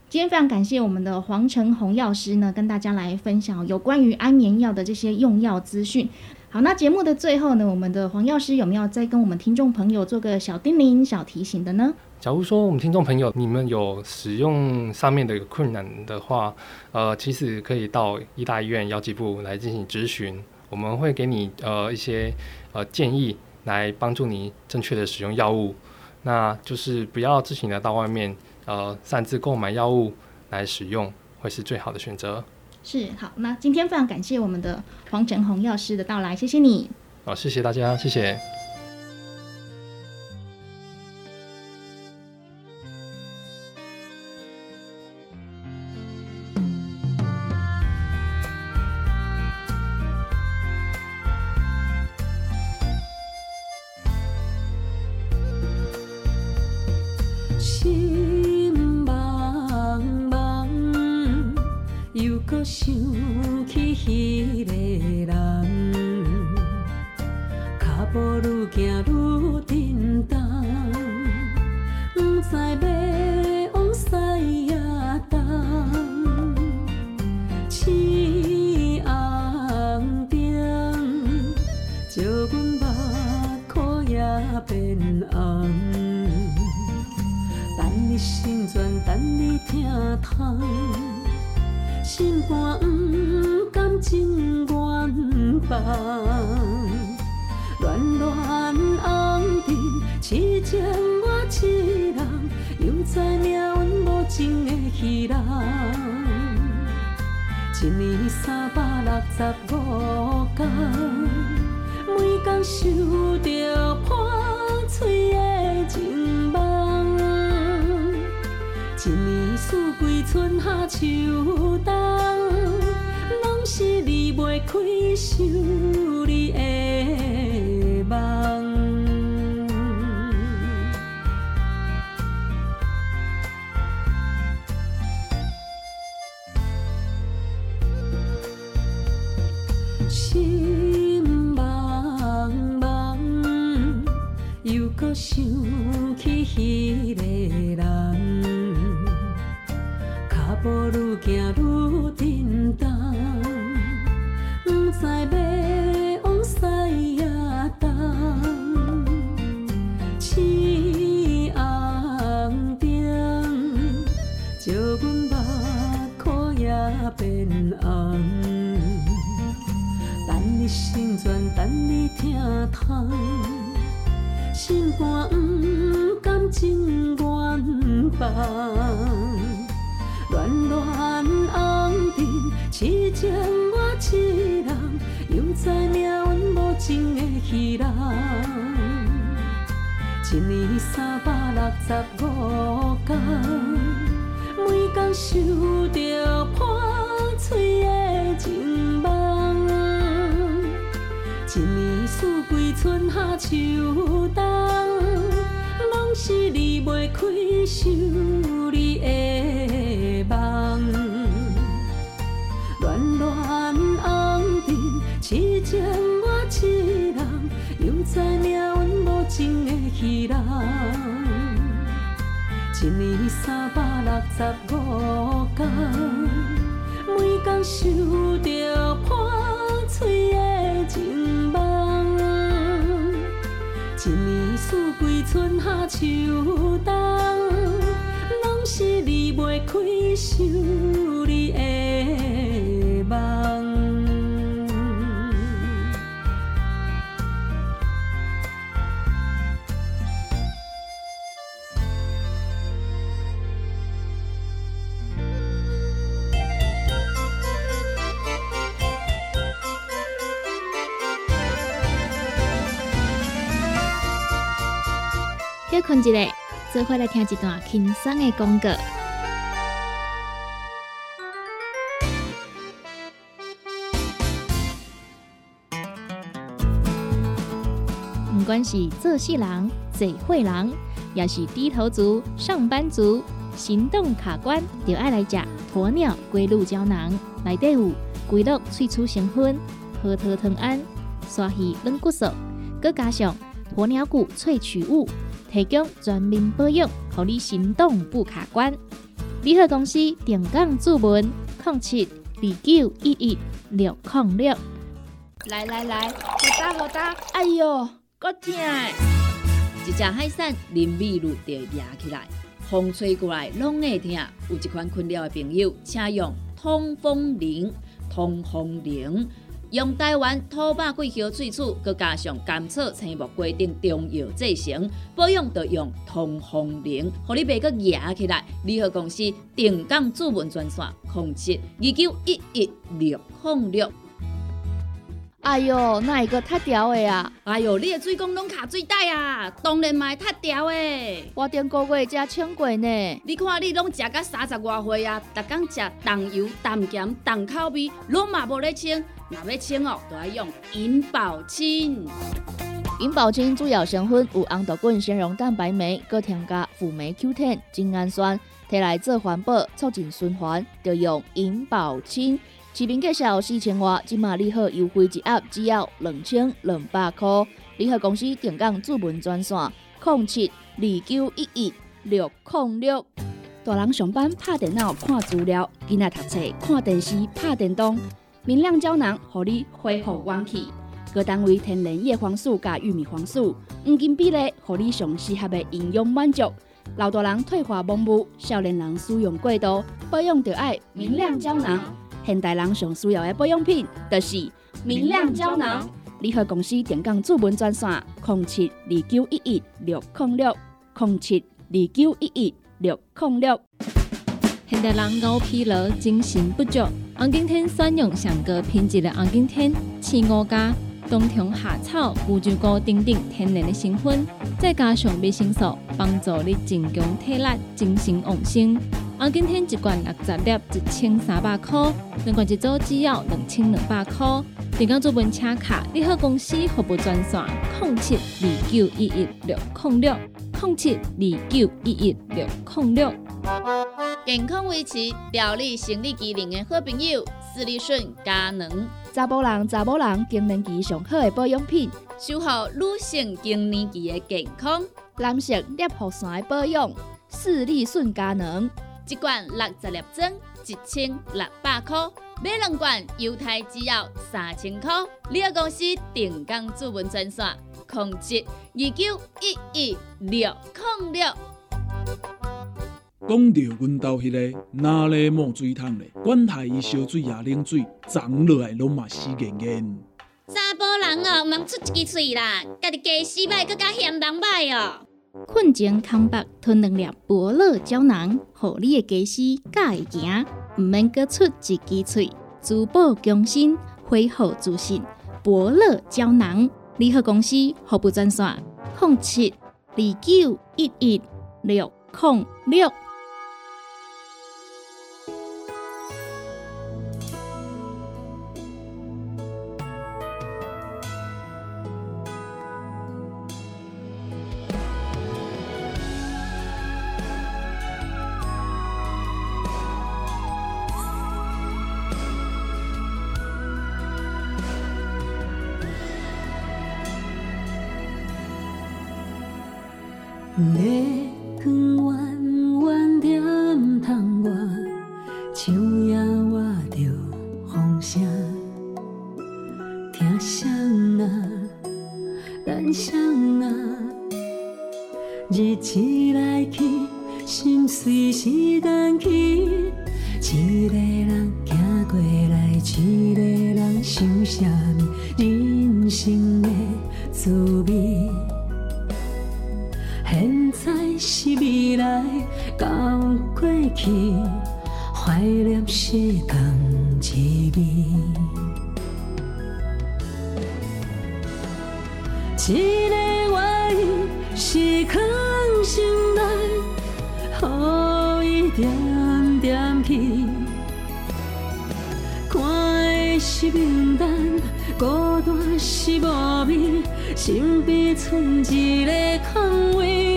今天非常感谢我们的黄承宏药师呢，跟大家来分享有关于安眠药的这些用药资讯。好，那节目的最后呢，我们的黄药师有没有再跟我们听众朋友做个小叮咛、小提醒的呢？ 假如说我们听众朋友你们有使用上面的困难的话，呃，其实可以到医大医院药剂部来进行咨询，我们会给你呃一些呃建议，来帮助你正确的使用药物。那就是不要自行的到外面呃擅自购买药物来使用，会是最好的选择。 是，好，那今天非常感谢我们的黄承宏药师的到来，谢谢你。 好，谢谢大家，谢谢。 想起迄个人，脚步愈行愈沉重，不知要往西也东。青红灯，照阮目眶也变红。等你心转，等你疼痛。心肝不甘情愿放，乱乱红尘，痴情我一人，又知命运无情的戏人。一年三百六十五天，每天受着破碎的情梦。一年四季春夏秋冬，拢是离袂开想你的梦。心茫茫，又搁想起迄个人。步愈行愈沉重，不知要往西也东。青红灯，照阮目眶也变红。等你心转，等你疼痛，心肝不甘情愿放。乱乱红尘，痴情我一人，又知命运无情的戏人。一年三百六十五天，每天受着破碎的情梦。一年四季春夏秋冬，拢是离袂开想你的梦。乱乱红尘，痴情我一人，又知命运无情的戏人。一年三百六十五天，每天受着破碎的情梦。一年四季春夏秋冬，拢是离袂开想你的梦。 休困一下，做伙来听一段轻松的广告。不管是做事人、做伙人，也是低头族、上班族，行动卡关，就爱来吃鸵鸟龟鹿胶囊。内底有龟鹿萃取成分、核桃藤胺、鲨鱼软骨素，佮加上鸵鸟骨萃取物。提供全面保养，让你行动不卡关。 联合公司定岗注文零七二九一一六零六。 来来来，好打好打，哎哟，够痛！一只海扇林美露就压起来，风吹过来拢会痛。有一款困扰的朋友，请用通风灵。通风灵用台湾土八桂叶萃取，佮加上甘草、青木规定中药制成，保养就用通风灵，互你袂佮压起来。联合公司定岗主文专线零七二九一一六零六。 哎哟，哪会个塌条的啊？ 哎哟，你的水管拢卡水袋啊，当然嘛会塌条的。 我顶个月才清过呢。 你看你拢食到三十外岁啊，逐工食重油、重咸、重口味，拢嘛无咧清。若要清哦，就要用银保清。 银保清主要成分有红豆滚、纤溶蛋白酶，佮添加辅酶 Q 十、精氨酸，摕来做环保，促进循环，就用银保清。市面价小四千外，今马联合优惠一盒只要两千两百块。联合公司定岗主文专线零七二九一一六零六。 大人上班拍电脑看资料，囡仔读册看电视拍电动。明亮胶囊，互你恢复元气。各单位天然叶黄素加玉米黄素，黄金比例，互你上适合的营养满足。老大人退化盲目，少年人使用过度，保养就要明亮胶囊。现代人上需要的保养品，就是明亮胶囊。联合公司定岗主文专线零七二九一一六零六零七二九一一六零六。 现代人熬疲劳、精神不足，红景天选用上高品质的红景天刺五加，冬虫夏草、乌鸡菇等等天然的成分，再加上维生素，帮助你增强体力、精神旺盛。红景天一罐六十粒，一千三百块；两罐一组只要两千两百块。定岗主文车卡，联合公司服务专线：零七二九一一六零六零七二九一一六零六。 健康维持、调理生理机能的好朋友——斯利顺佳能。 查甫人、查某人更年期上好的保养品， 守护女性更年期的健康。 男性尿护伞的保养，斯利顺佳能。 一罐六十粒装，一千六百块；买两罐，犹太只要三千块。联合公司定岗主文专线：零七二九一一六零六。 讲到阮兜迄个哪里冒水桶咧，管他伊烧水也冷水，长落来拢嘛死严严。 查甫人哦，毋通出一支喙啦，家己家死歹，更加嫌人歹哦。 困前空腹吞两粒伯乐胶囊，互你的家死才会行，毋免阁出一支喙。珠宝强身，恢复自信。伯乐胶囊，联合公司服务专线：零七二九一一六零六。 月光圆圆点窗外，树叶画着风声，听声啊，咱声啊，日子来去，心随时间去，一个人行过来，一个人想啥物，人生的滋味。现在是未来，到过去，怀念是同一味。一个话语是藏心内，予伊点点去，看的是平淡，孤单是无味，身边剩一个空位。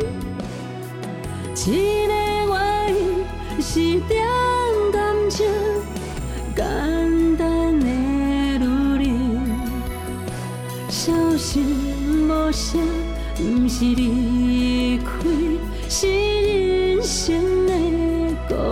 一个话语是点感情，简单的努力，小心无声，不是离开，是人生的故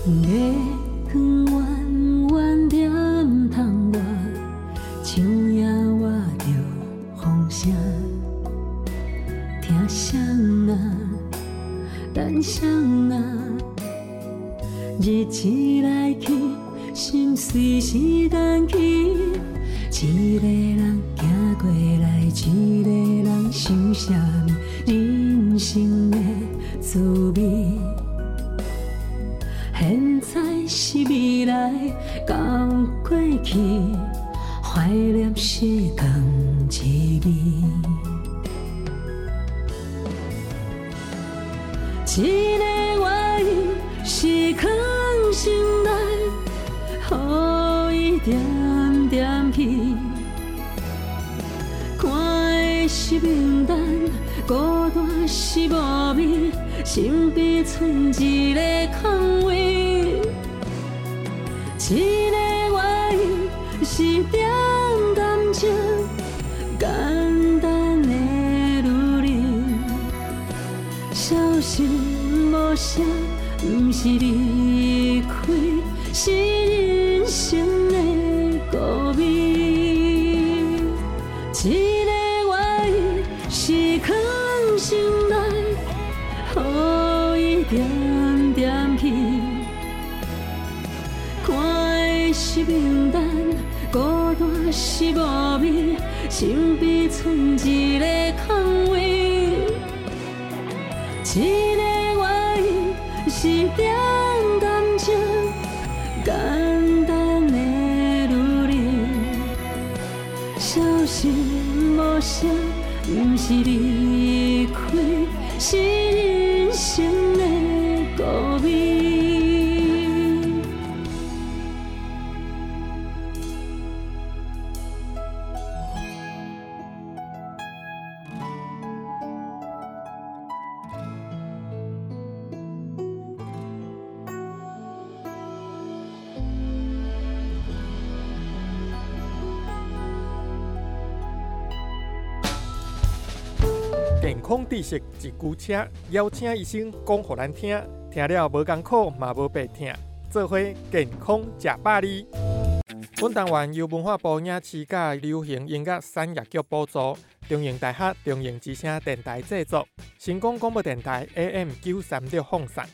月光弯弯点窗外，树叶画着风声，听声啊，等声啊，日子来去，心随时间去，一个人行过来，一个人想啥物，人生的滋味。现在是未来，到过去，怀念是同一味。一个外意是藏心内，予伊点点去，看的是平淡，孤单是无味，心边存一个空位。一个外意是点感情，简单的女人，小心无声，不是离开，是人生的故味。一个外意是藏心内，予伊点点去，看的是平淡，孤单是无味，心边存一个空位。一个外意是点感情，简单的女人，小心无声，不是离开，是人生的故味。 健康知识一句车，邀请医生讲予咱听，听了无艰苦，嘛无白听，做伙健康吃百里。本单元由文化部影视甲流行音乐产业局补助，中营大学中营之声电台制作，成功广播电台 A M 九三六放送。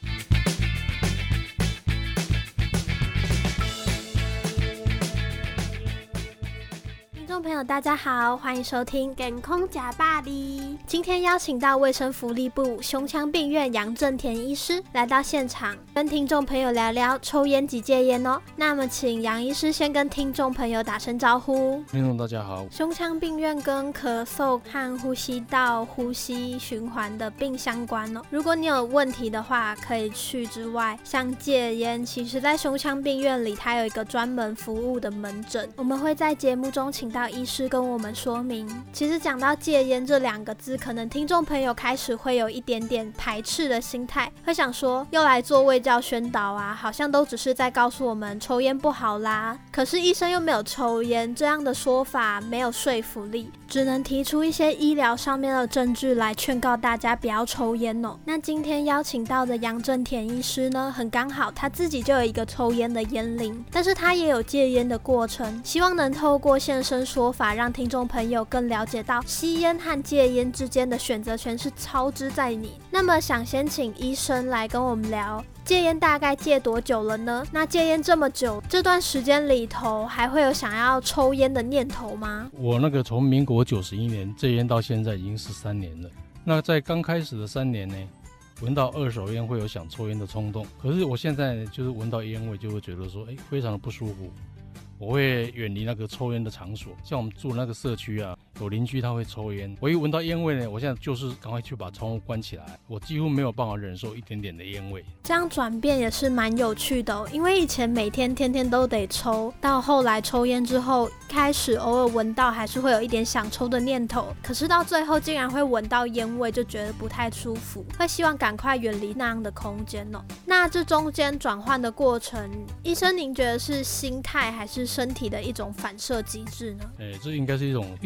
听众朋友大家好，欢迎收听健康假巴黎。今天邀请到卫生福利部胸腔病院杨正田医师来到现场，跟听众朋友聊聊抽烟及戒烟哦。那么请杨医师先跟听众朋友打声招呼。 听众大家好。 胸腔病院跟咳嗽和呼吸道呼吸循环的病相关哦。如果你有问题的话可以去之外，像戒烟，其实在胸腔病院里它有一个专门服务的门诊，我们会在节目中请到医师跟我们说明。其实讲到戒烟这两个字，可能听众朋友开始会有一点点排斥的心态，会想说又来做卫教宣导啊，好像都只是在告诉我们抽烟不好啦，可是医生又没有抽烟，这样的说法没有说服力，只能提出一些医疗上面的证据来劝告大家不要抽烟哦。那今天邀请到的杨正田医师呢，很刚好他自己就有一个抽烟的烟龄，但是他也有戒烟的过程，希望能透过现身说法，让听众朋友更了解到吸烟和戒烟之间的选择权是操之在你。那么想先请医生来跟我们聊戒烟大概戒多久了呢？那戒烟这么久，这段时间里头还会有想要抽烟的念头吗？ 我那个从民国九十一年戒烟到现在已经十三年了。那在刚开始的三年呢，闻到二手烟会有想抽烟的冲动，可是我现在呢，就是闻到烟味就会觉得说，哎，非常的不舒服。我会远离那个抽烟的场所，像我们住那个社区啊，有邻居他会抽烟，我一闻到烟味呢，我现在就是赶快去把窗户关起来，我几乎没有办法忍受一点点的烟味。 这样转变也是蛮有趣的哦，因为以前每天天天都得抽，到后来抽烟之后，开始偶尔闻到还是会有一点想抽的念头，可是到最后竟然会闻到烟味，就觉得不太舒服，会希望赶快远离那样的空间哦。那这中间转换的过程，医生您觉得是心态还是身体的一种反射机制呢？ 欸、这应该是一种一种那个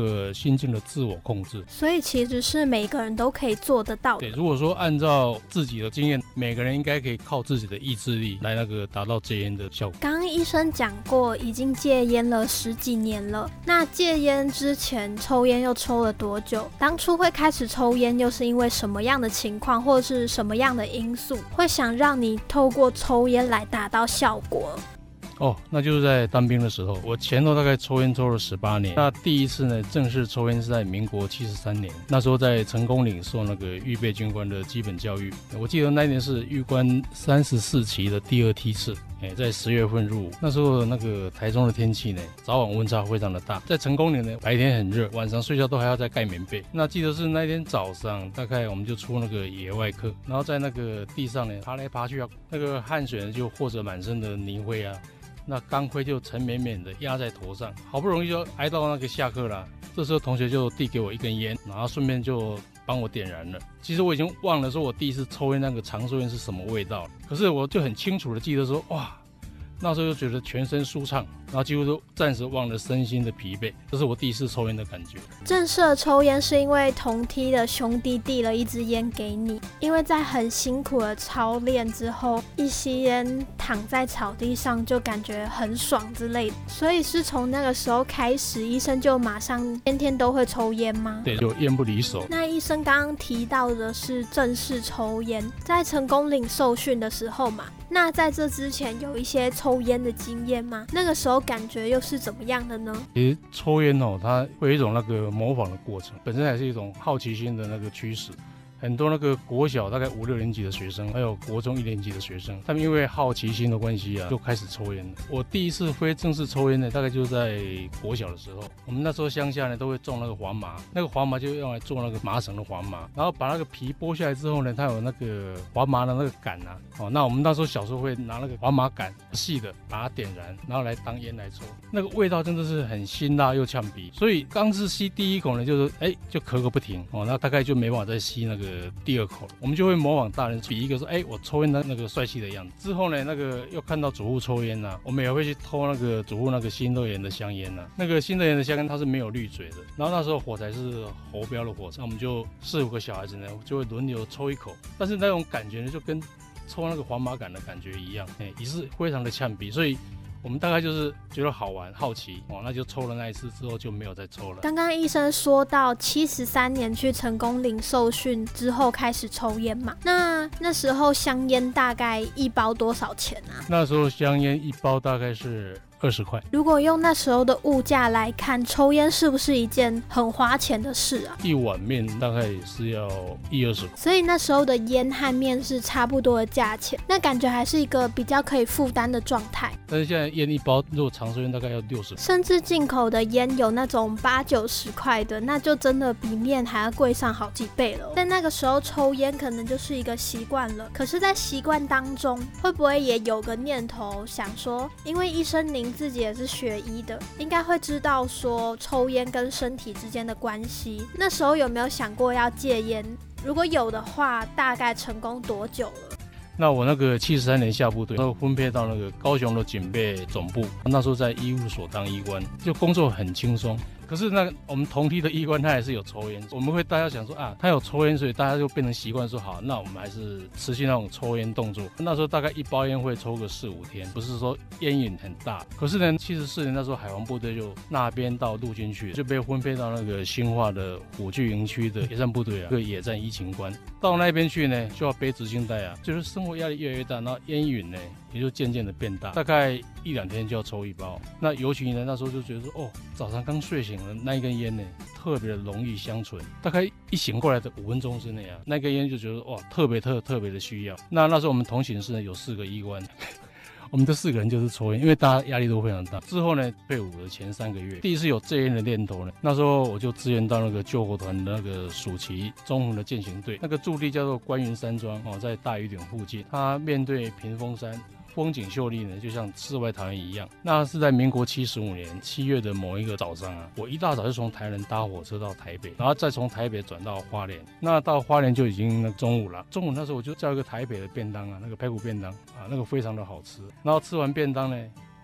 个心境的自我控制。 所以其实是每个人都可以做得到的。 对，如果说按照自己的经验，每个人应该可以靠自己的意志力来那个达到戒烟的效果。 刚刚医生讲过，已经戒烟了十几年了。那戒烟之前抽烟又抽了多久？当初会开始抽烟又是因为什么样的情况，或者是什么样的因素，会想让你透过抽烟来达到效果？ 哦，那就是在当兵的时候，我前头大概抽烟抽了十八年。那第一次呢，正式抽烟是在民国七十三年，那时候在成功岭受那个预备军官的基本教育。我记得那一年是预官三十四期的第二梯次，哎，在十月份入伍。那时候那个台中的天气呢，早晚温差非常的大。在成功岭呢，白天很热，晚上睡觉都还要再盖棉被。那记得是那天早上，大概我们就出那个野外课，然后在那个地上呢爬来爬去啊，那个汗水呢就和着满身的泥灰啊。那钢盔就沉绵绵的压在头上，好不容易就挨到那个下课了。这时候同学就递给我一根烟，然后顺便就帮我点燃了。其实我已经忘了说我第一次抽烟那个长寿烟是什么味道了，可是我就很清楚的记得说，哇，那时候就觉得全身舒畅，然后几乎都暂时忘了身心的疲惫，这是我第一次抽烟的感觉。 正式的抽烟是因为同梯的兄弟递了一支烟给你，因为在很辛苦的操练之后，一吸烟躺在草地上就感觉很爽之类的，所以是从那个时候开始，医生就马上天天都会抽烟吗？ 对，就烟不离手。 那医生刚刚提到的是正式抽烟，在成功岭受训的时候嘛，那在这之前有一些抽烟的经验吗？那个时候感觉又是怎么样的呢？ 其实抽烟哦，它会有一种那个模仿的过程，本身还是一种好奇心的那个驱使。很多那个国小大概五六年级的学生，还有国中一年级的学生，他们因为好奇心的关系啊，就开始抽烟了。我第一次非正式抽烟呢，大概就是在国小的时候。我们那时候乡下呢都会种那个黄麻，那个黄麻就用来做那个麻绳的黄麻，然后把那个皮剥下来之后呢，它有那个黄麻的那个杆啊，哦，那我们那时候小时候会拿那个黄麻杆细的把它点燃，然后来当烟来抽，那个味道真的是很辛辣又呛鼻，所以刚是吸第一口呢，就是哎就咳个不停哦，那大概就没办法再吸那个第二口，我们就会模仿大人比一个说，哎，我抽烟的那个帅气的样子。之后呢，那个又看到主妇抽烟啊，我们也会去偷那个主妇那个新乐园的香烟啊。那个新乐园的香烟它是没有滤嘴的，然后那时候火柴是侯标的火柴，那我们就四五个小孩子呢就会轮流抽一口，但是那种感觉呢就跟抽那个黄麻杆的感觉一样，哎，也是非常的呛鼻，所以我们大概就是觉得好玩好奇哦，那就抽了那一次之后就没有再抽了。 刚刚医生说到七十三年去成功岭受训之后开始抽烟嘛，那那时候香烟大概一包多少钱啊？ 那时候香烟一包大概是二十块。 如果用那时候的物价来看，抽烟是不是一件很花钱的事啊？ 一碗面大概是要一二十块， 所以那时候的烟和面是差不多的价钱，那感觉还是一个比较可以负担的状态。 但是现在烟一包如果长寿烟大概要六十， 甚至进口的烟有那种八九十块的，那就真的比面还要贵上好几倍了。在那个时候抽烟可能就是一个习惯了，可是在习惯当中会不会也有个念头想说，因为医生您自己也是学医的，应该会知道说抽烟跟身体之间的关系，那时候有没有想过要戒烟？如果有的话，大概成功多久了？ 那我那个七十三年下部队，然后分配到那个高雄的警备总部，那时候在医务所当医官，就工作很轻松。可是那我们同梯的医官他还是有抽烟，我们会大家想说啊，他有抽烟，所以大家就变成习惯说好，那我们还是持续那种抽烟动作。那时候大概一包烟会抽个四五天，不是说烟瘾很大。可是呢，七十四年那时候海防部队就那边到陆军去，就被分配到那个新化的虎踞营区的野战部队啊，个野战一勤官。到那边去呢，就要背执行带啊，就是生活压力越来越大，然后烟瘾呢也就渐渐的变大，大概一两天就要抽一包。那尤其呢，那时候就觉得说，哦，早上刚睡醒了，那一根烟呢特别的容易相存，大概一醒过来的五分钟之内啊，那根烟就觉得哇，特别特特别的需要。那那时候我们同寝室呢有四个医官。我们这四个人就是抽烟，因为大家压力都非常大。之后呢，退伍的前三个月，第一次有戒烟的念头呢。那时候我就支援到那个救火团的那个暑期中横的健行队，那个驻地叫做关云山庄哦，在大屿岭附近。它面对屏风山，风景秀丽呢，就像世外桃源一样。那是在民国七十五年七月的某一个早上啊，我一大早就从台南搭火车到台北，然后再从台北转到花莲。那到花莲就已经中午了。中午那时候我就叫一个台北的便当啊，那个排骨便当啊，那个非常的好吃。然后吃完便当呢，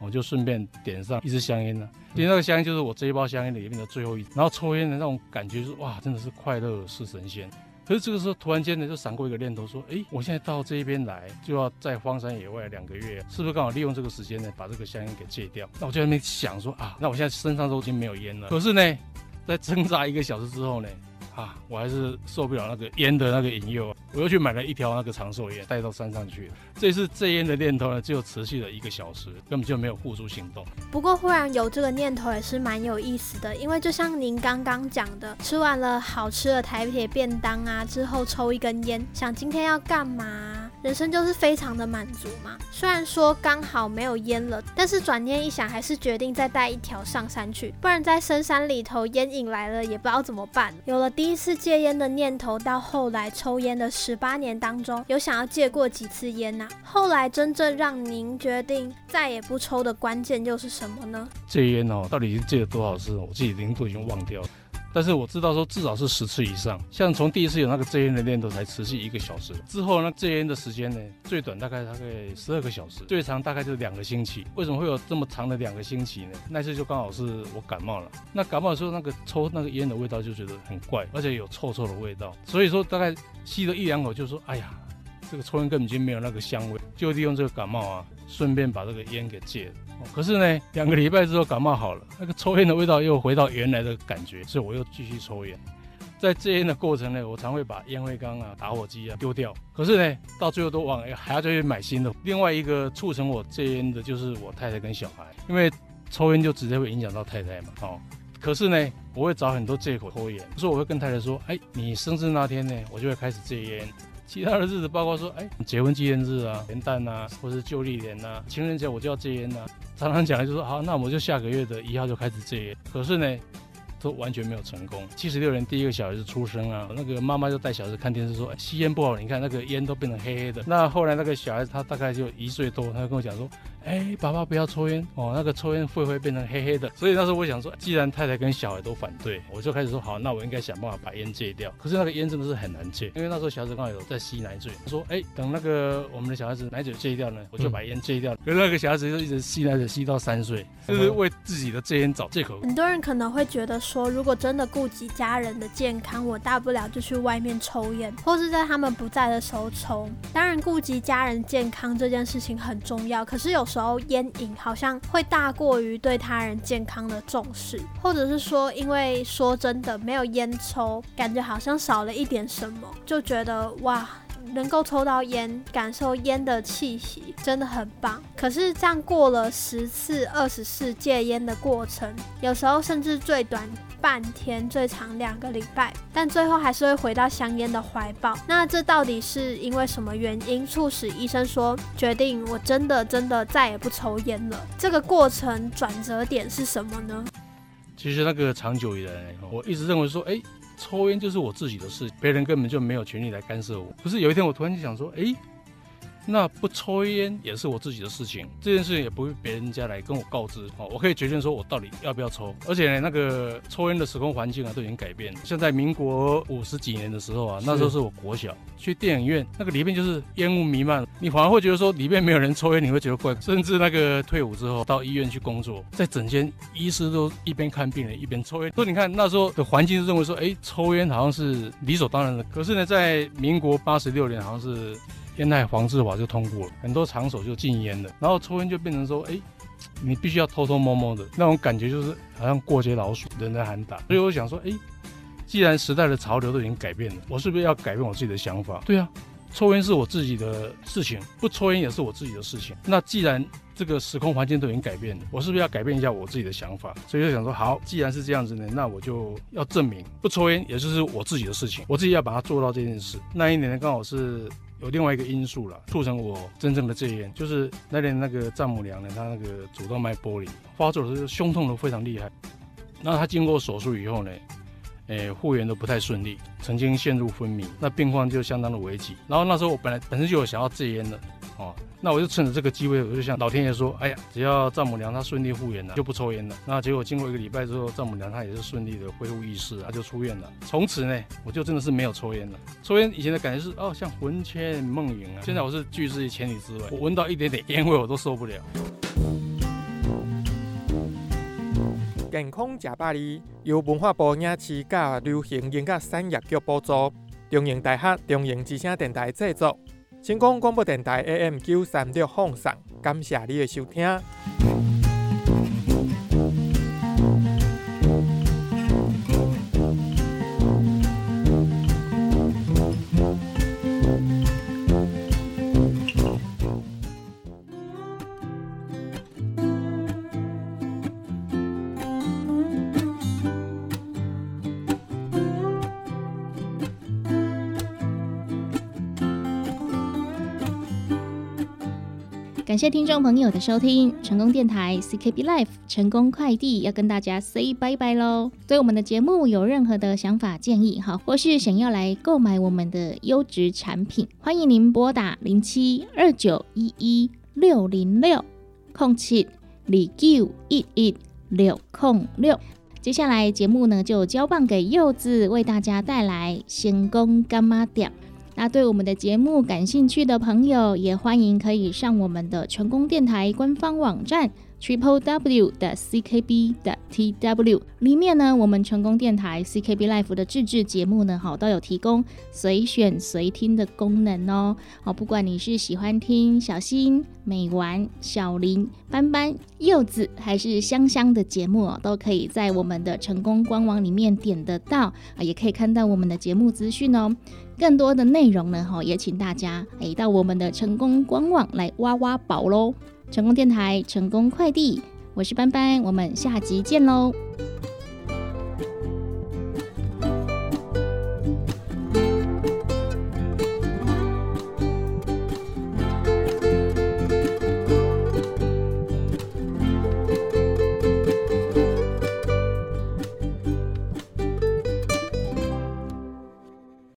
我就顺便点上一支香烟呢、啊。其实那个香烟就是我这一包香烟里面的最后一支，然后抽烟的那种感觉就是哇，真的是快乐是神仙。可是这个时候突然间呢，就闪过一个念头，说：“哎，我现在到这一边来，就要在荒山野外两个月，是不是刚好利用这个时间呢，把这个香烟给戒掉？”那我就在那边想说啊，那我现在身上都已经没有烟了。可是呢，在挣扎一个小时之后呢，啊，我还是受不了那个烟的那个引诱，我又去买了一条那个长寿烟，带到山上去了。这次戒烟的念头呢，只有持续了一个小时，根本就没有付诸行动。 不过忽然有这个念头也是蛮有意思的，因为就像您刚刚讲的，吃完了好吃的台铁便当啊，之后抽一根烟，想今天要干嘛，人生就是非常的满足嘛。虽然说刚好没有烟了，但是转念一想，还是决定再带一条上山去，不然在深山里头烟瘾来了也不知道怎么办。有了第一次戒烟的念头，到后来抽烟的十八年当中，有想要戒过几次烟啊？后来真正让您决定再也不抽的关键又是什么呢？ 戒烟哦，到底已经戒了多少次，我自己已经都已经忘掉了。但是我知道说至少是十次以上，像从第一次有那个戒烟的念头才持续一个小时，之后那戒烟的时间呢，最短大概大概十二个小时，最长大概就是两个星期。为什么会有这么长的两个星期呢？那次就刚好是我感冒了，那感冒的时候那个抽那个烟的味道就觉得很怪，而且有臭臭的味道，所以说大概吸了一两口就说，哎呀，这个抽烟根本就没有那个香味，就利用这个感冒啊，顺便把这个烟给戒了。可是呢，两个礼拜之后感冒好了，那个抽烟的味道又回到原来的感觉，所以我又继续抽烟。在戒烟的过程呢，我常会把烟灰缸啊、打火机啊丢掉，可是呢，到最后都忘了，还要再去买新的。另外一个促成我戒烟的就是我太太跟小孩，因为抽烟就直接会影响到太太嘛，哦。可是呢，我会找很多借口拖延，所以我会跟太太说，哎，你生日那天呢，我就会开始戒烟。其他的日子包括说，哎，结婚纪念日啊、元旦啊，或是旧历年啊、情人节我就要戒烟啊。常常讲的就说，好，那我就下个月的一号就开始戒烟。可是呢，都完全没有成功。七十六年第一个小孩子出生啊，那个妈妈就带小孩子看电视说，哎，吸烟不好，你看那个烟都变成黑黑的。那后来那个小孩子他大概就一岁多，他就跟我讲说，哎，爸爸不要抽烟哦，那个抽烟会会变成黑黑的。所以那时候我想说，既然太太跟小孩都反对，我就开始说好，那我应该想办法把烟戒掉。可是那个烟真的是很难戒，因为那时候小孩子刚好有在吸奶嘴，他说，哎，等那个我们的小孩子奶嘴戒掉呢，我就把烟戒掉。可是那个小孩子就一直吸奶嘴吸到三岁，就是为自己的戒烟找借口。 很多人可能会觉得说，如果真的顾及家人的健康，我大不了就去外面抽烟，或是在他们不在的时候抽。当然，顾及家人健康这件事情很重要，可是有时候烟瘾好像会大过于对他人健康的重视，或者是说，因为说真的没有烟抽，感觉好像少了一点什么，就觉得哇，能够抽到烟，感受烟的气息，真的很棒。可是这样过了十次、二十次戒烟的过程，有时候甚至最短半天，最长两个礼拜，但最后还是会回到香烟的怀抱。那这到底是因为什么原因促使医生说决定我真的真的再也不抽烟了？这个过程转折点是什么呢？ 其实那个长久以来，我一直认为说，哎，抽烟就是我自己的事，别人根本就没有权利来干涉我。可是有一天我突然就想说，哎，那不抽烟也是我自己的事情，这件事情也不会别人家来跟我告知，哦，我可以决定说我到底要不要抽。而且呢，那个抽烟的时空环境啊都已经改变了。像在民国五十几年的时候啊，那时候是我国小去电影院，那个里面就是烟雾弥漫，你反而会觉得说里面没有人抽烟，你会觉得怪。甚至那个退伍之后到医院去工作，在整间医师都一边看病人一边抽烟，所以你看那时候的环境就认为说，哎，抽烟好像是理所当然的。可是呢，在民国八十六年好像是烟害防治法就通过了，很多场所就禁烟了，然后抽烟就变成说，哎，你必须要偷偷摸摸的，那种感觉就是好像过街老鼠，人在喊打。所以我想说，哎，既然时代的潮流都已经改变了，我是不是要改变我自己的想法？对啊，抽烟是我自己的事情，不抽烟也是我自己的事情。那既然这个时空环境都已经改变了，我是不是要改变一下我自己的想法？所以就想说，好，既然是这样子呢，那我就要证明不抽烟也就是我自己的事情，我自己要把它做到这件事。那一年呢，刚好是有另外一个因素啦，促成我真正的戒烟，就是那年那个丈母娘呢，她那个主动脉剥离发作的时候，胸痛的非常厉害。那她经过手术以后呢，诶，复原都不太顺利，曾经陷入昏迷，那病况就相当的危急。然后那时候我本来本身就有想要戒烟的，哦，那我就趁着这个机会，我就想老天爷说，哎呀，只要丈母娘她顺利复原了，就不抽烟了。那结果经过一个礼拜之后，丈母娘她也是顺利的恢复意识，她就出院了。从此呢，我就真的是没有抽烟了。抽烟以前的感觉是哦，像魂牵梦萦啊，现在我是拒之于千里之外，我闻到一点点烟味我都受不了。 健康吃百里，由文化部影视甲流行音乐产业局补助，中营大学中营之声电台制作，成功广播电台 A M 九三六放送，感谢你的收听。 感谢听众朋友的收听，成功电台 C K B Life 成功快递要跟大家 say 拜拜咯。对我们的节目有任何的想法建议，或是想要来购买我们的优质产品，欢迎您拨打零七二九一一六零六零七二九一一六零六。接下来节目呢就交棒给柚子，为大家带来成功干妈店。那对我们的节目感兴趣的朋友，也欢迎可以上我们的成功电台官方网站 triple w 的 c k b 的 t w 里面呢，我们成功电台 C K B Life 的自制节目呢，好都有提供随选随听的功能哦。好，不管你是喜欢听小新、美丸、小林、斑斑、柚子还是香香的节目哦，都可以在我们的成功官网里面点得到，也可以看到我们的节目资讯哦。更多的内容呢，也请大家到我们的成功官网来挖挖宝咯。成功电台成功快递，我是斑斑，我们下集见咯。